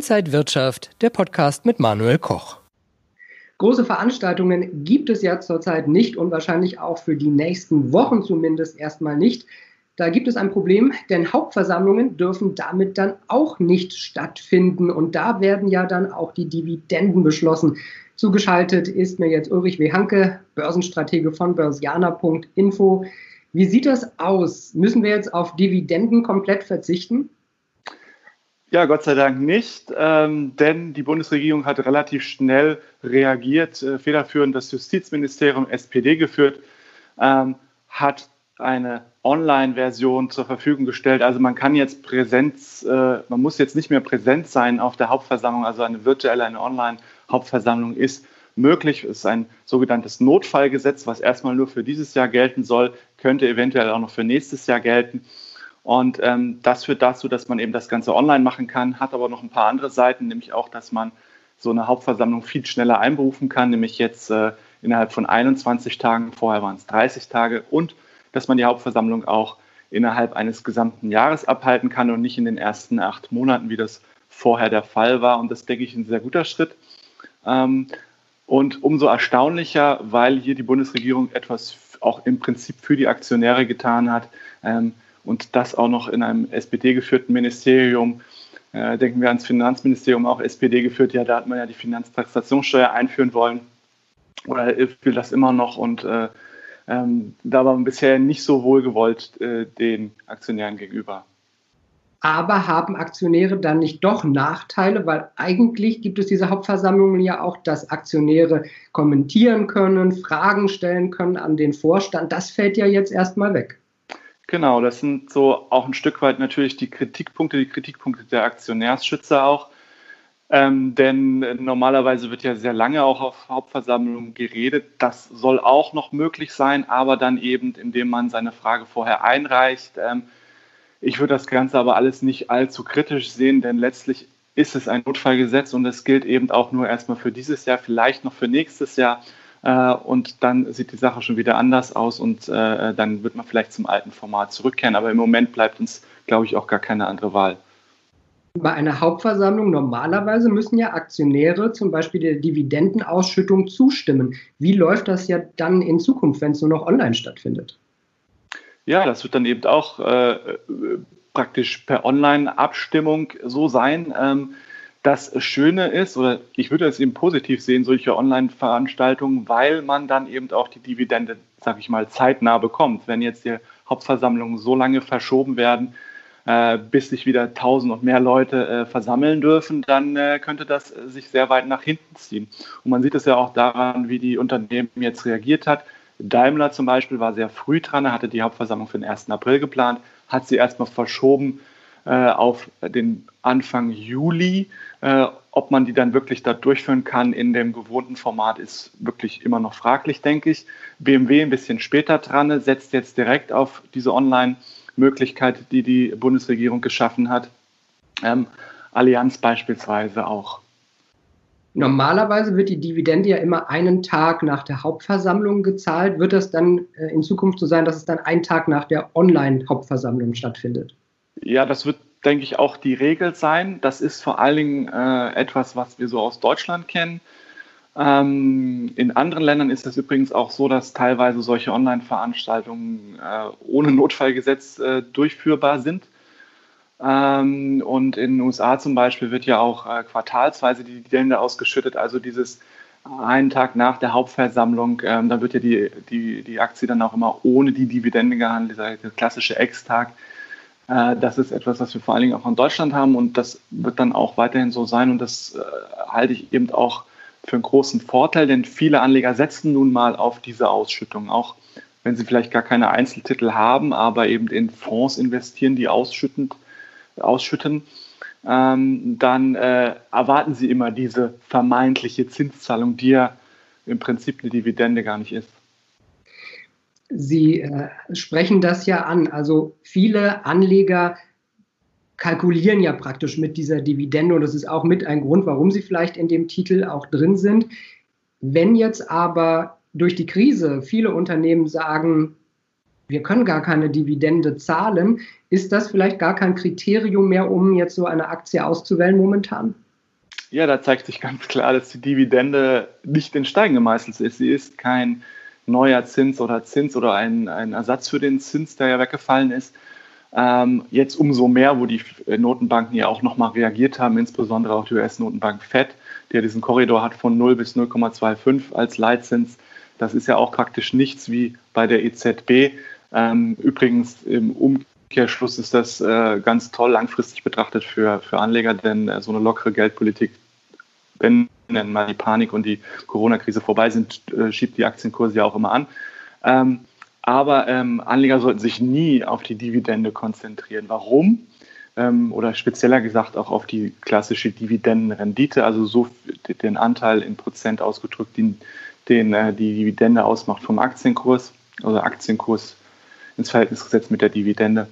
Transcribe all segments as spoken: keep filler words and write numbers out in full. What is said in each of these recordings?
Inside Wirtschaft, der Podcast mit Manuel Koch. Große Veranstaltungen gibt es ja zurzeit nicht und wahrscheinlich auch für die nächsten Wochen zumindest erstmal nicht. Da gibt es ein Problem, denn Hauptversammlungen dürfen damit dann auch nicht stattfinden und da werden ja dann auch die Dividenden beschlossen. Zugeschaltet ist mir jetzt Ulrich W. Hanke, Börsenstratege von börsianer Punkt info. Wie sieht das aus? Müssen wir jetzt auf Dividenden komplett verzichten? Ja, Gott sei Dank nicht, ähm, denn die Bundesregierung hat relativ schnell reagiert. Äh, federführend das Justizministerium, S P D geführt, ähm, hat eine Online-Version zur Verfügung gestellt. Also man kann jetzt Präsenz, äh, man muss jetzt nicht mehr präsent sein auf der Hauptversammlung, also eine virtuelle, eine Online-Hauptversammlung ist möglich. Es ist ein sogenanntes Notfallgesetz, was erstmal nur für dieses Jahr gelten soll, könnte eventuell auch noch für nächstes Jahr gelten. Und ähm, das führt dazu, dass man eben das Ganze online machen kann, hat aber noch ein paar andere Seiten, nämlich auch, dass man so eine Hauptversammlung viel schneller einberufen kann, nämlich jetzt äh, innerhalb von einundzwanzig Tagen, vorher waren es dreißig Tage, und dass man die Hauptversammlung auch innerhalb eines gesamten Jahres abhalten kann und nicht in den ersten acht Monaten, wie das vorher der Fall war. Und das, denke ich, ein sehr guter Schritt. Ähm, und umso erstaunlicher, weil hier die Bundesregierung etwas auch im Prinzip für die Aktionäre getan hat, ähm, und das auch noch in einem S P D-geführten Ministerium. Äh, denken wir ans Finanzministerium, auch S P D geführt. Ja, da hat man ja die Finanztransaktionssteuer einführen wollen oder will das immer noch. Und äh, ähm, da war man bisher nicht so wohlgewollt äh, den Aktionären gegenüber. Aber haben Aktionäre dann nicht doch Nachteile? Weil eigentlich gibt es diese Hauptversammlungen ja auch, dass Aktionäre kommentieren können, Fragen stellen können an den Vorstand. Das fällt ja jetzt erstmal weg. Genau, das sind so auch ein Stück weit natürlich die Kritikpunkte, die Kritikpunkte der Aktionärsschützer auch. Ähm, denn normalerweise wird ja sehr lange auch auf Hauptversammlungen geredet. Das soll auch noch möglich sein, aber dann eben, indem man seine Frage vorher einreicht. Ähm, ich würde das Ganze aber alles nicht allzu kritisch sehen, denn letztlich ist es ein Notfallgesetz und es gilt eben auch nur erstmal für dieses Jahr, vielleicht noch für nächstes Jahr. Und dann sieht die Sache schon wieder anders aus und äh, dann wird man vielleicht zum alten Format zurückkehren. Aber im Moment bleibt uns, glaube ich, auch gar keine andere Wahl. Bei einer Hauptversammlung normalerweise müssen ja Aktionäre zum Beispiel der Dividendenausschüttung zustimmen. Wie läuft das ja dann in Zukunft, wenn es nur noch online stattfindet? Ja, das wird dann eben auch äh, praktisch per Online-Abstimmung so sein. Ähm, Das Schöne ist, oder ich würde es eben positiv sehen, solche Online-Veranstaltungen, weil man dann eben auch die Dividende, sage ich mal, zeitnah bekommt. Wenn jetzt die Hauptversammlungen so lange verschoben werden, äh, bis sich wieder tausend und mehr Leute äh, versammeln dürfen, dann äh, könnte das äh, sich sehr weit nach hinten ziehen. Und man sieht es ja auch daran, wie die Unternehmen jetzt reagiert hat. Daimler zum Beispiel war sehr früh dran, er hatte die Hauptversammlung für den ersten April geplant, hat sie erstmal verschoben auf den Anfang Juli. Äh, ob man die dann wirklich da durchführen kann in dem gewohnten Format, ist wirklich immer noch fraglich, denke ich. B M W ein bisschen später dran, setzt jetzt direkt auf diese Online-Möglichkeit, die die Bundesregierung geschaffen hat. Ähm, Allianz beispielsweise auch. Normalerweise wird die Dividende ja immer einen Tag nach der Hauptversammlung gezahlt. Wird das dann äh, in Zukunft so sein, dass es dann einen Tag nach der Online-Hauptversammlung stattfindet? Ja, das wird, denke ich, auch die Regel sein. Das ist vor allen Dingen äh, etwas, was wir so aus Deutschland kennen. Ähm, in anderen Ländern ist es übrigens auch so, dass teilweise solche Online-Veranstaltungen äh, ohne Notfallgesetz äh, durchführbar sind. Ähm, und in den U S A zum Beispiel wird ja auch äh, quartalsweise die Dividende ausgeschüttet. Also dieses einen Tag nach der Hauptversammlung, ähm, da wird ja die, die, die Aktie dann auch immer ohne die Dividende gehandelt, dieser, dieser klassische Ex-Tag. Das ist etwas, was wir vor allen Dingen auch in Deutschland haben und das wird dann auch weiterhin so sein und das äh, halte ich eben auch für einen großen Vorteil, denn viele Anleger setzen nun mal auf diese Ausschüttung, auch wenn sie vielleicht gar keine Einzeltitel haben, aber eben in Fonds investieren, die ausschütten, ausschütten ähm, dann äh, erwarten sie immer diese vermeintliche Zinszahlung, die ja im Prinzip eine Dividende gar nicht ist. Sie äh, sprechen das ja an. Also viele Anleger kalkulieren ja praktisch mit dieser Dividende und das ist auch mit ein Grund, warum sie vielleicht in dem Titel auch drin sind. Wenn jetzt aber durch die Krise viele Unternehmen sagen, wir können gar keine Dividende zahlen, ist das vielleicht gar kein Kriterium mehr, um jetzt so eine Aktie auszuwählen momentan? Ja, da zeigt sich ganz klar, dass die Dividende nicht in Stein gemeißelt ist. Sie ist kein neuer Zins oder Zins oder ein, ein Ersatz für den Zins, der ja weggefallen ist. Ähm, jetzt umso mehr, wo die Notenbanken ja auch nochmal reagiert haben, insbesondere auch die U S-Notenbank Fed, die ja diesen Korridor hat von null bis null Komma fünfundzwanzig als Leitzins. Das ist ja auch praktisch nichts wie bei der E Z B. Ähm, übrigens im Umkehrschluss ist das äh, ganz toll langfristig betrachtet für, für Anleger, denn äh, so eine lockere Geldpolitik, wenn dann mal die Panik und die Corona-Krise vorbei sind, äh, schiebt die Aktienkurse ja auch immer an. Ähm, aber ähm, Anleger sollten sich nie auf die Dividende konzentrieren. Warum? Ähm, oder spezieller gesagt auch auf die klassische Dividendenrendite, also so den Anteil in Prozent ausgedrückt, den, den äh, die Dividende ausmacht vom Aktienkurs, also Aktienkurs ins Verhältnis gesetzt mit der Dividende.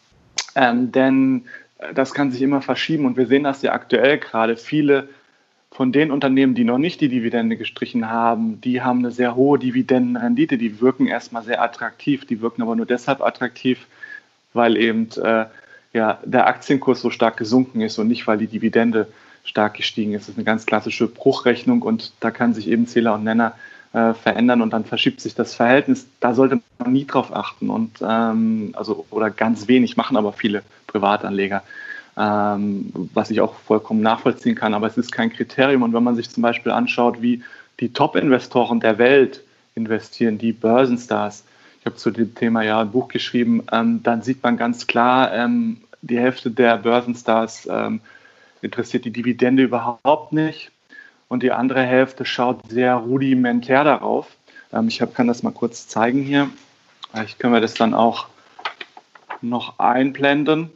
Ähm, denn das kann sich immer verschieben und wir sehen das ja aktuell gerade. Viele von den Unternehmen, die noch nicht die Dividende gestrichen haben, die haben eine sehr hohe Dividendenrendite, die wirken erstmal sehr attraktiv, die wirken aber nur deshalb attraktiv, weil eben äh, ja, der Aktienkurs so stark gesunken ist und nicht, weil die Dividende stark gestiegen ist. Das ist eine ganz klassische Bruchrechnung und da kann sich eben Zähler und Nenner äh, verändern und dann verschiebt sich das Verhältnis. Da sollte man nie drauf achten und ähm, also oder ganz wenig, machen aber viele Privatanleger. Ähm, was ich auch vollkommen nachvollziehen kann, aber es ist kein Kriterium. Und wenn man sich zum Beispiel anschaut, wie die Top-Investoren der Welt investieren, die Börsenstars, ich habe zu dem Thema ja ein Buch geschrieben, ähm, dann sieht man ganz klar, ähm, die Hälfte der Börsenstars ähm, interessiert die Dividende überhaupt nicht und die andere Hälfte schaut sehr rudimentär darauf. Ähm, ich hab, kann das mal kurz zeigen hier. Vielleicht können wir das dann auch noch einblenden.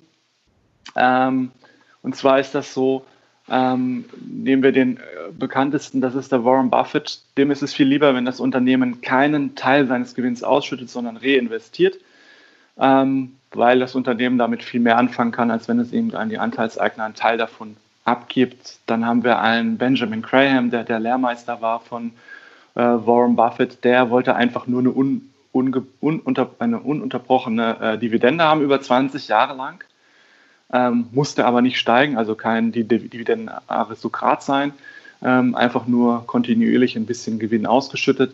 Ähm, und zwar ist das so, ähm, nehmen wir den äh, bekanntesten, das ist der Warren Buffett. Dem ist es viel lieber, wenn das Unternehmen keinen Teil seines Gewinns ausschüttet, sondern reinvestiert, ähm, weil das Unternehmen damit viel mehr anfangen kann, als wenn es eben an die Anteilseigner einen Teil davon abgibt. Dann haben wir einen Benjamin Graham, der der Lehrmeister war von äh, Warren Buffett. Der wollte einfach nur eine, un, unge, ununter, eine ununterbrochene äh, Dividende haben über zwanzig Jahre lang. Ähm, musste aber nicht steigen, also kein Dividendenaristokrat sein, ähm, einfach nur kontinuierlich ein bisschen Gewinn ausgeschüttet.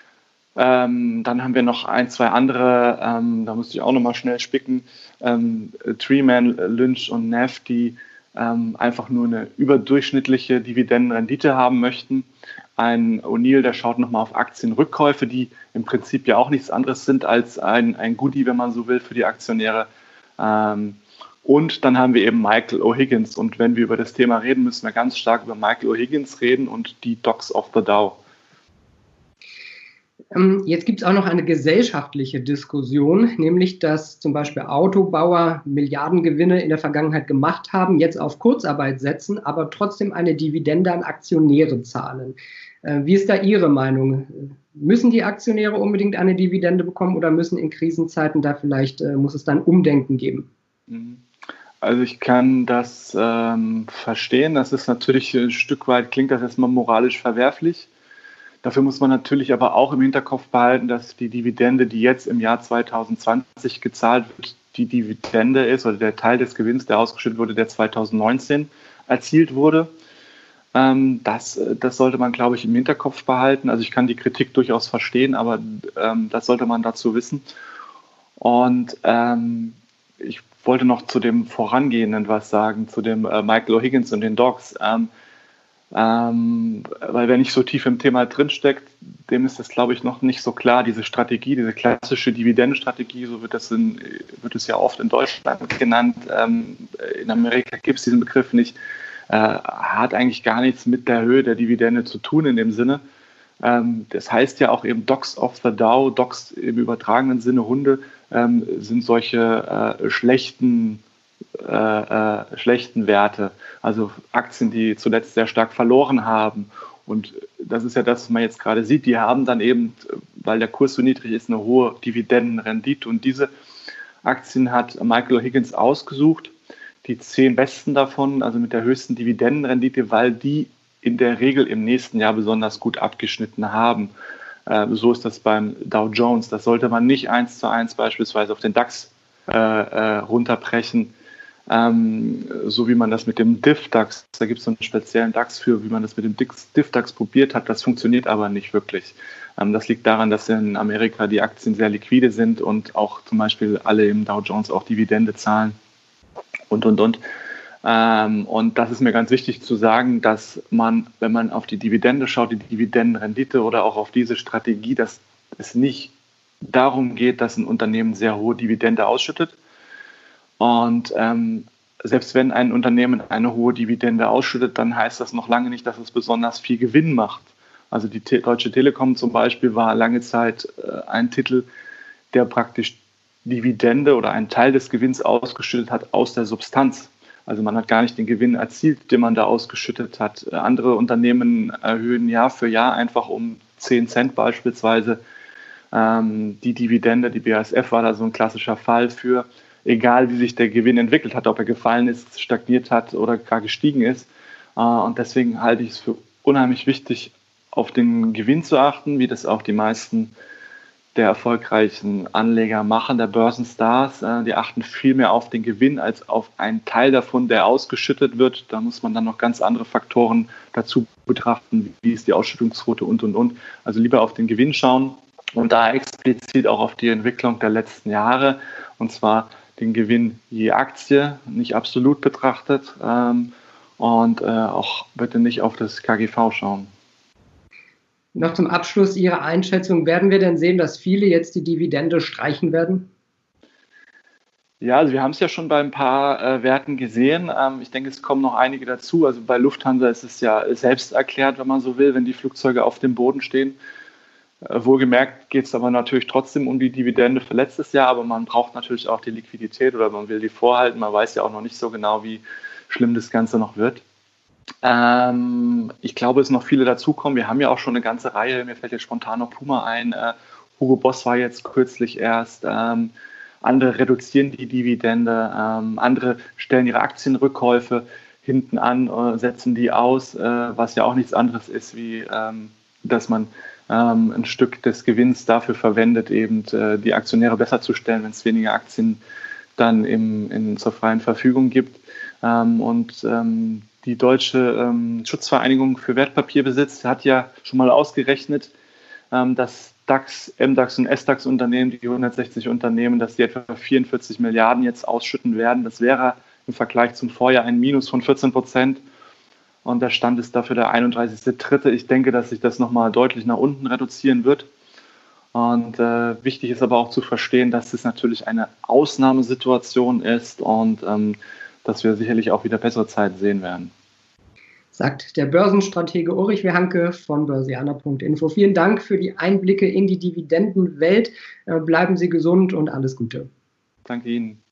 Ähm, dann haben wir noch ein, zwei andere, ähm, da musste ich auch nochmal schnell spicken, ähm, Treeman, Lynch und Neff, die ähm, einfach nur eine überdurchschnittliche Dividendenrendite haben möchten. Ein O'Neill, der schaut nochmal auf Aktienrückkäufe, die im Prinzip ja auch nichts anderes sind als ein, ein Goodie, wenn man so will, für die Aktionäre. Ähm, Und dann haben wir eben Michael O'Higgins. Und wenn wir über das Thema reden, müssen wir ganz stark über Michael O'Higgins reden und die Dogs of the Dow. Jetzt gibt es auch noch eine gesellschaftliche Diskussion, nämlich dass zum Beispiel Autobauer Milliardengewinne in der Vergangenheit gemacht haben, jetzt auf Kurzarbeit setzen, aber trotzdem eine Dividende an Aktionäre zahlen. Wie ist da Ihre Meinung? Müssen die Aktionäre unbedingt eine Dividende bekommen oder müssen in Krisenzeiten da vielleicht, muss es dann Umdenken geben? Also ich kann das ähm, verstehen. Das ist natürlich ein Stück weit, klingt das erstmal moralisch verwerflich. Dafür muss man natürlich aber auch im Hinterkopf behalten, dass die Dividende, die jetzt im Jahr zwanzig zwanzig gezahlt wird, die Dividende ist oder der Teil des Gewinns, der ausgeschüttet wurde, der zwanzig neunzehn erzielt wurde. Ähm, das, das sollte man, glaube ich, im Hinterkopf behalten. Also ich kann die Kritik durchaus verstehen, aber ähm, das sollte man dazu wissen. Und ähm, ich wollte noch zu dem Vorangehenden was sagen, zu dem äh, Michael O'Higgins und den Dogs. Ähm, ähm, weil wer nicht so tief im Thema drinsteckt, dem ist das, glaube ich, noch nicht so klar, diese Strategie, diese klassische Dividendenstrategie, so wird, das in, wird es ja oft in Deutschland genannt, ähm, in Amerika gibt es diesen Begriff nicht, äh, hat eigentlich gar nichts mit der Höhe der Dividende zu tun in dem Sinne. Ähm, das heißt ja auch eben Dogs of the Dow, Dogs im übertragenen Sinne, Hunde, ähm, sind solche äh, schlechten Äh, äh, schlechten Werte, also Aktien, die zuletzt sehr stark verloren haben. Und das ist ja das, was man jetzt gerade sieht. Die haben dann eben, weil der Kurs so niedrig ist, eine hohe Dividendenrendite. Und diese Aktien hat Michael O'Higgins ausgesucht, die zehn besten davon, also mit der höchsten Dividendenrendite, weil die in der Regel im nächsten Jahr besonders gut abgeschnitten haben. Äh, so ist das beim Dow Jones. Das sollte man nicht eins zu eins beispielsweise auf den DAX äh, äh, runterbrechen. ähm, so wie man das mit dem D I F-DAX, da gibt es so einen speziellen DAX für, wie man das mit dem D I F-DAX probiert hat, das funktioniert aber nicht wirklich. Ähm, das liegt daran, dass in Amerika die Aktien sehr liquide sind und auch zum Beispiel alle im Dow Jones auch Dividende zahlen und, und, und. Ähm, und das ist mir ganz wichtig zu sagen, dass man, wenn man auf die Dividende schaut, die Dividendenrendite oder auch auf diese Strategie, dass es nicht darum geht, dass ein Unternehmen sehr hohe Dividende ausschüttet. Und ähm, selbst wenn ein Unternehmen eine hohe Dividende ausschüttet, dann heißt das noch lange nicht, dass es besonders viel Gewinn macht. Also die Te- Deutsche Telekom zum Beispiel war lange Zeit äh, ein Titel, der praktisch Dividende oder einen Teil des Gewinns ausgeschüttet hat aus der Substanz. Also man hat gar nicht den Gewinn erzielt, den man da ausgeschüttet hat. Andere Unternehmen erhöhen Jahr für Jahr einfach um zehn Cent beispielsweise ähm, die Dividende. Die B A S F war da so ein klassischer Fall für, egal wie sich der Gewinn entwickelt hat, ob er gefallen ist, stagniert hat oder gar gestiegen ist. Äh, und deswegen halte ich es für unheimlich wichtig, auf den Gewinn zu achten, wie das auch die meisten der erfolgreichen Anleger machen, der Börsenstars. Äh, die achten viel mehr auf den Gewinn als auf einen Teil davon, der ausgeschüttet wird. Da muss man dann noch ganz andere Faktoren dazu betrachten, wie ist die Ausschüttungsquote und, und, und. Also lieber auf den Gewinn schauen und da explizit auch auf die Entwicklung der letzten Jahre, und zwar den Gewinn je Aktie, nicht absolut betrachtet, ähm, und äh, auch bitte nicht auf das K G V schauen. Noch zum Abschluss Ihrer Einschätzung, werden wir denn sehen, dass viele jetzt die Dividende streichen werden? Ja, also wir haben es ja schon bei ein paar äh, Werten gesehen. Ähm, ich denke, es kommen noch einige dazu. Also bei Lufthansa ist es ja selbst erklärt, wenn man so will, wenn die Flugzeuge auf dem Boden stehen. Äh, wohlgemerkt geht es aber natürlich trotzdem um die Dividende für letztes Jahr, aber man braucht natürlich auch die Liquidität oder man will die vorhalten. Man weiß ja auch noch nicht so genau, wie schlimm das Ganze noch wird. Ähm, ich glaube, es noch viele dazukommen. Wir haben ja auch schon eine ganze Reihe. Mir fällt jetzt spontan noch Puma ein. Äh, Hugo Boss war jetzt kürzlich erst. Ähm, andere reduzieren die Dividende. Ähm, andere stellen ihre Aktienrückkäufe hinten an, äh, setzen die aus, äh, was ja auch nichts anderes ist, wie ähm, dass man ähm, ein Stück des Gewinns dafür verwendet, eben äh, die Aktionäre besser zu stellen, wenn es weniger Aktien dann im, in, zur freien Verfügung gibt. Ähm, und ähm, die Deutsche ähm, Schutzvereinigung für Wertpapierbesitz hat ja schon mal ausgerechnet, ähm, dass DAX, M DAX und S DAX-Unternehmen, die hundertsechzig Unternehmen, dass die etwa vierundvierzig Milliarden jetzt ausschütten werden. Das wäre im Vergleich zum Vorjahr ein Minus von vierzehn Prozent. Und der Stand ist dafür der einunddreißigster dritte Ich denke, dass sich das nochmal deutlich nach unten reduzieren wird. Und äh, wichtig ist aber auch zu verstehen, dass es natürlich eine Ausnahmesituation ist und ähm, dass wir sicherlich auch wieder bessere Zeiten sehen werden. Sagt der Börsenstratege Ulrich Wehanke von börsianer punkt info. Vielen Dank für die Einblicke in die Dividendenwelt. Bleiben Sie gesund und alles Gute. Danke Ihnen.